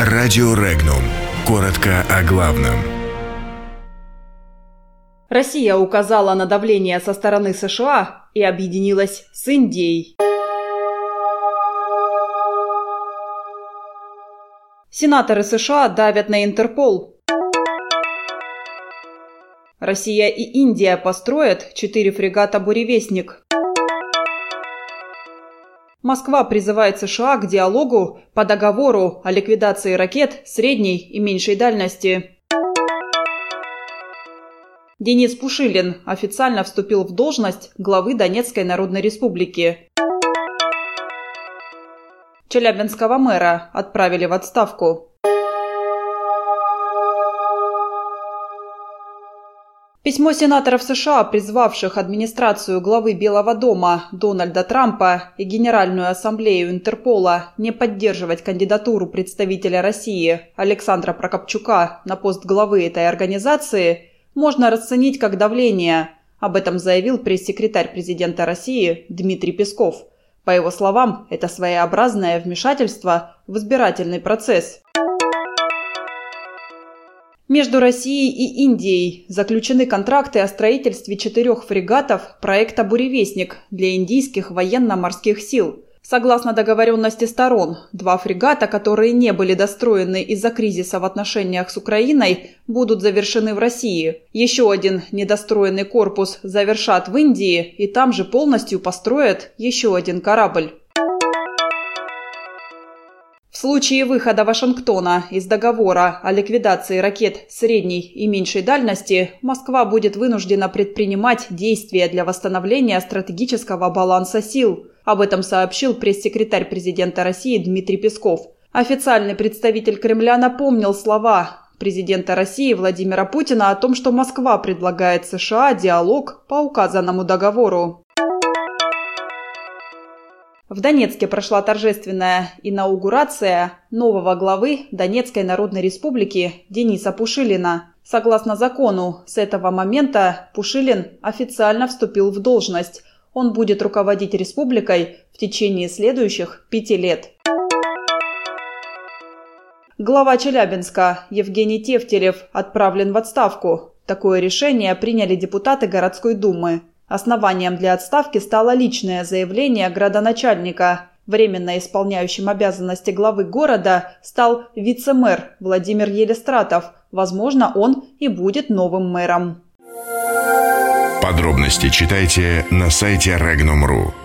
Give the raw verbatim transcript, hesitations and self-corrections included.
Радио Регнум. Коротко о главном. Россия указала на давление со стороны США и объединилась с Индией. Сенаторы США давят на Интерпол. Россия и Индия построят четыре фрегата «Буревестник». Москва призывает США к диалогу по договору о ликвидации ракет средней и меньшей дальности. Денис Пушилин официально вступил в должность главы Донецкой Народной Республики. Челябинского мэра отправили в отставку. Письмо сенаторов США, призвавших администрацию главы Белого дома Дональда Трампа и Генеральную ассамблею Интерпола не поддерживать кандидатуру представителя России Александра Прокопчука на пост главы этой организации, можно расценить как давление. Об этом заявил пресс-секретарь президента России Дмитрий Песков. По его словам, это своеобразное вмешательство в избирательный процесс. Между Россией и Индией заключены контракты о строительстве четырех фрегатов проекта «Буревестник» для индийских военно-морских сил. Согласно договоренности сторон, два фрегата, которые не были достроены из-за кризиса в отношениях с Украиной, будут завершены в России. Еще один недостроенный корпус завершат в Индии и там же полностью построят еще один корабль. В случае выхода Вашингтона из договора о ликвидации ракет средней и меньшей дальности, Москва будет вынуждена предпринимать действия для восстановления стратегического баланса сил. Об этом сообщил пресс-секретарь президента России Дмитрий Песков. Официальный представитель Кремля напомнил слова президента России Владимира Путина о том, что Москва предлагает США диалог по указанному договору. В Донецке прошла торжественная инаугурация нового главы Донецкой Народной Республики Дениса Пушилина. Согласно закону, с этого момента Пушилин официально вступил в должность. Он будет руководить республикой в течение следующих пяти лет. Глава Челябинска Евгений Тефтелев отправлен в отставку. Такое решение приняли депутаты городской думы. Основанием для отставки стало личное заявление градоначальника. Временно исполняющим обязанности главы города стал вице-мэр Владимир Елистратов. Возможно, он и будет новым мэром. Подробности читайте на сайте регнум точка ру.